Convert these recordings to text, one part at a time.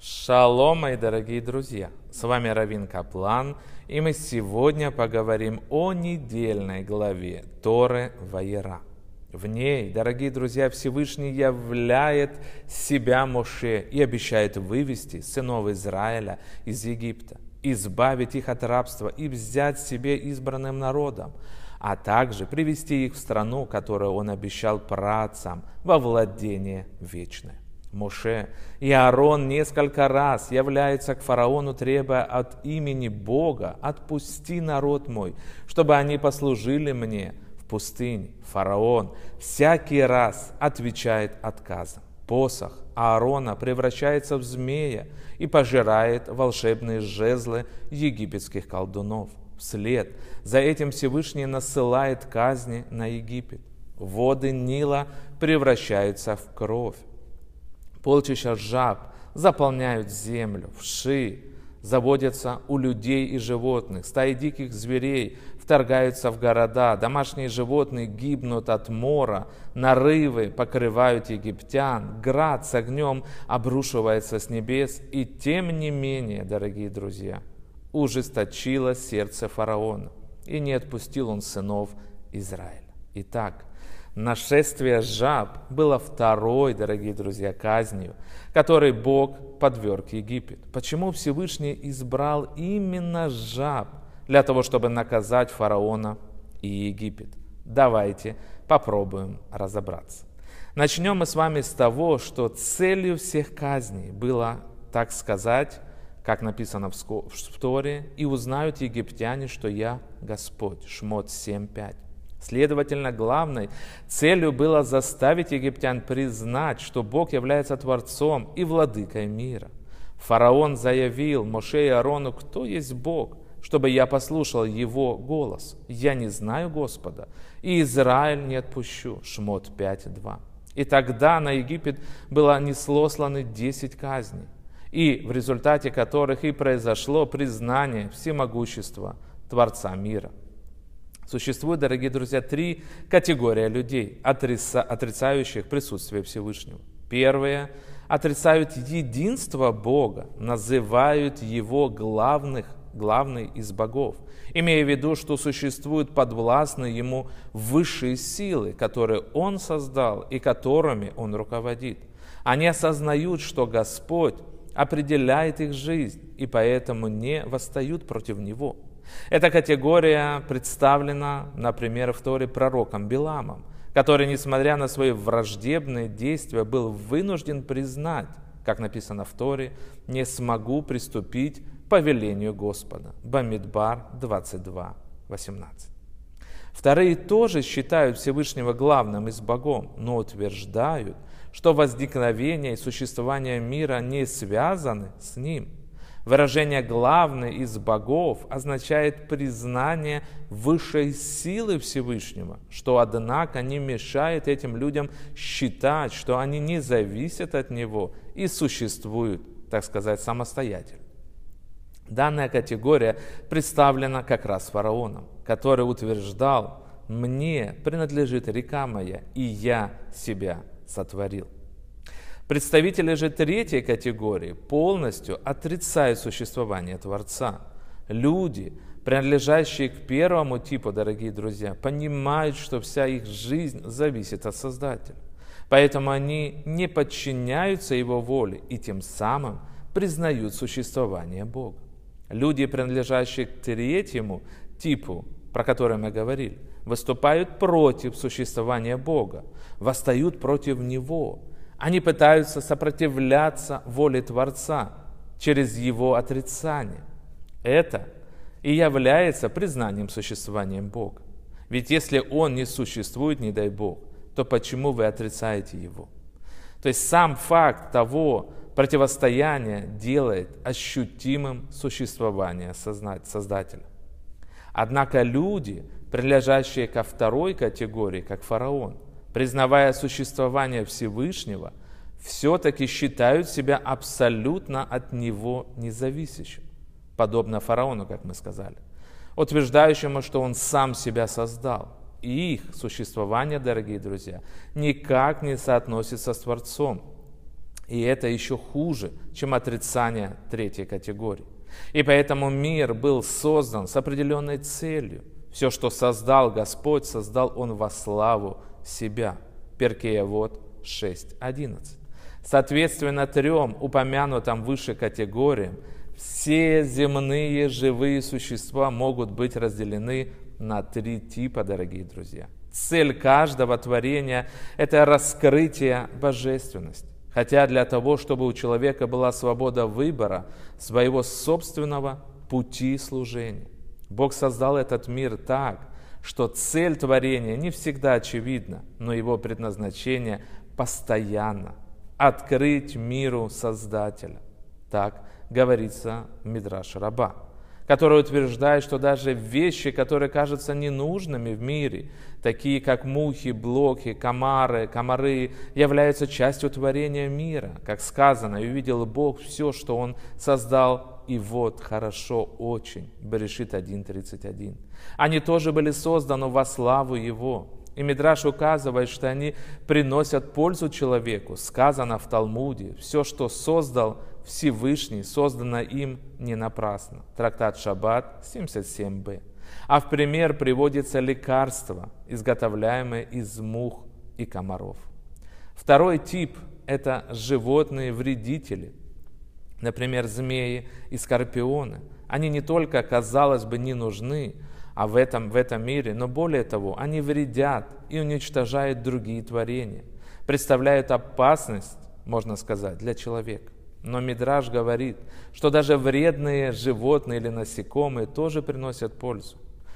Шалом, мои дорогие друзья! С вами Равин Каплан, и мы сегодня поговорим о недельной главе Торы Ваера. В ней, дорогие друзья, Всевышний являет себя Моше и обещает вывести сынов Израиля из Египта, избавить их от рабства и взять себе избранным народом, а также привести их в страну, которую он обещал праотцам, во владение вечное. Моше и Аарон несколько раз являются к фараону, требуя от имени Бога: «Отпусти народ мой, чтобы они послужили мне в пустыне». Фараон всякий раз отвечает отказом. Посох Аарона превращается в змея и пожирает волшебные жезлы египетских колдунов. Вслед за этим Всевышний насылает казни на Египет. Воды Нила превращаются в кровь. Полчища жаб заполняют землю, вши заводятся у людей и животных, стаи диких зверей вторгаются в города, домашние животные гибнут от мора, нарывы покрывают египтян, град с огнем обрушивается с небес, и тем не менее, дорогие друзья, ужесточило сердце фараона, и не отпустил он сынов Израиля. Итак, нашествие жаб было второй, дорогие друзья, казнью, которой Бог подверг Египет. Почему Всевышний избрал именно жаб для того, чтобы наказать фараона и Египет? Давайте попробуем разобраться. Начнем мы с вами с того, что целью всех казней было, так сказать, как написано в Торе: «И узнают египтяне, что я Господь». Шмот 7:5. Следовательно, главной целью было заставить египтян признать, что Бог является Творцом и Владыкой мира. Фараон заявил Моше и Аарону: «Кто есть Бог, чтобы я послушал Его голос? Я не знаю Господа, и Израиль не отпущу». Шмот 5:2. И тогда на Египет было неслосланы 10 казней, и в результате которых и произошло признание всемогущества Творца мира. Существует, дорогие друзья, три категории людей, отрицающих присутствие Всевышнего. Первые отрицают единство Бога, называют Его главный из богов, имея в виду, что существуют подвластные Ему высшие силы, которые Он создал и которыми Он руководит. Они осознают, что Господь определяет их жизнь, и поэтому не восстают против Него. Эта категория представлена, например, в Торе пророком Биламом, который, несмотря на свои враждебные действия, был вынужден признать, как написано в Торе: «Не смогу приступить по велению Господа». Бамидбар 22:18. Вторые тоже считают Всевышнего главным из богов, но утверждают, что возникновение и существование мира не связаны с ним. Выражение «главный из богов» означает признание высшей силы Всевышнего, что, однако, не мешает этим людям считать, что они не зависят от Него и существуют, так сказать, самостоятельно. Данная категория представлена как раз фараоном, который утверждал: «Мне принадлежит река моя, и я себя сотворил». Представители же третьей категории полностью отрицают существование Творца. Люди, принадлежащие к первому типу, дорогие друзья, понимают, что вся их жизнь зависит от Создателя. Поэтому они не подчиняются Его воле и тем самым признают существование Бога. Люди, принадлежащие к третьему типу, про который мы говорили, выступают против существования Бога, восстают против Него. Они пытаются сопротивляться воле Творца через Его отрицание. Это и является признанием существования Бога. Ведь если Он не существует, не дай Бог, то почему вы отрицаете Его? То есть сам факт того противостояния делает ощутимым существование Создателя. Однако люди, принадлежащие ко второй категории, как фараон, признавая существование Всевышнего, все-таки считают себя абсолютно от Него независящим, подобно фараону, как мы сказали, утверждающему, что он сам себя создал. И их существование, дорогие друзья, никак не соотносится с Творцом. И это еще хуже, чем отрицание третьей категории. И поэтому мир был создан с определенной целью. Все, что создал Господь, создал Он во славу себя. Перкей Авот 6:11. Соответственно, 3 упомянутым выше категориям, все земные живые существа могут быть разделены на 3 типа, дорогие друзья. Цель каждого творения – это раскрытие божественности. Хотя для того, чтобы у человека была свобода выбора своего собственного пути служения. Бог создал этот мир так, что цель творения не всегда очевидна, но его предназначение постоянно – открыть миру Создателя. Так говорится в Мидраш Раба, который утверждает, что даже вещи, которые кажутся ненужными в мире, такие как мухи, блохи, комары, являются частью творения мира. Как сказано, и увидел Бог все, что Он создал, и вот хорошо очень. Берешит 1:31. Они тоже были созданы во славу Его. И Мидраш указывает, что они приносят пользу человеку. Сказано в Талмуде, все, что создал Всевышний, создано им не напрасно. Трактат Шаббат 77b. А в пример приводится лекарство, изготовляемое из мух и комаров. Второй тип – это животные-вредители. Например, змеи и скорпионы. Они не только, казалось бы, не нужны в этом мире, но более того, они вредят и уничтожают другие творения, представляют опасность, можно сказать, для человека. Но Мидраш говорит, что даже вредные животные или насекомые тоже приносят пользу.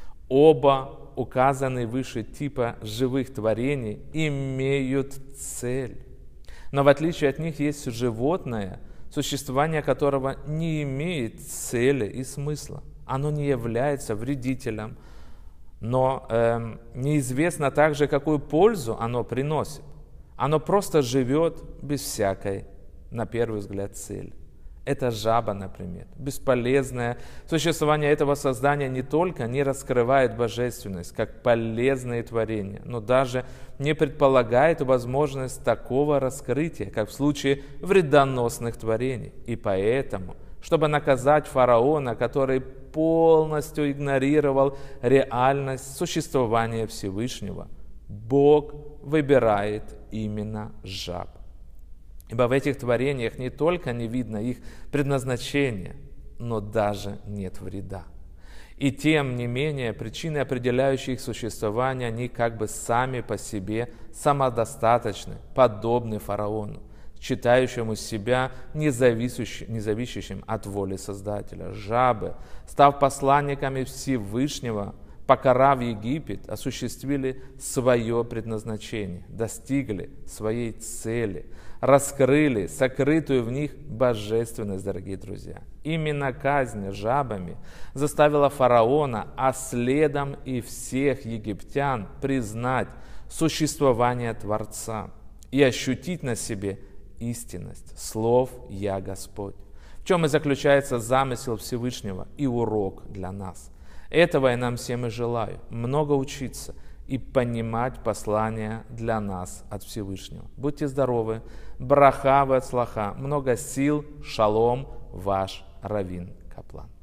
Оба указанные выше типа живых творений имеют цель. Но в отличие от них есть животное, существование которого не имеет цели и смысла. Оно не является вредителем, но неизвестно также, какую пользу оно приносит. Оно просто живет без всякой, на первый взгляд, цели. Это жаба, например. Бесполезное существование этого создания не только не раскрывает божественность, как полезные творения, но даже не предполагает возможность такого раскрытия, как в случае вредоносных творений. И поэтому, чтобы наказать фараона, который полностью игнорировал реальность существования Всевышнего, Бог выбирает именно жаб. Ибо в этих творениях не только не видно их предназначения, но даже нет вреда. И тем не менее, причины, определяющие их существование, они как бы сами по себе самодостаточны, подобны фараону, считающему себя независящим от воли Создателя. Жабы, став посланниками Всевышнего, покарав Египет, осуществили свое предназначение, достигли своей цели, раскрыли сокрытую в них божественность, дорогие друзья. Именно казнь жабами заставила фараона, а следом и всех египтян признать существование Творца и ощутить на себе истинность слов «Я Господь», в чем и заключается замысел Всевышнего и урок для нас. Этого я нам всем и желаю, много учиться и понимать послание для нас от Всевышнего. Будьте здоровы, браха ве ацлаха, много сил, шалом, ваш Равин Каплан.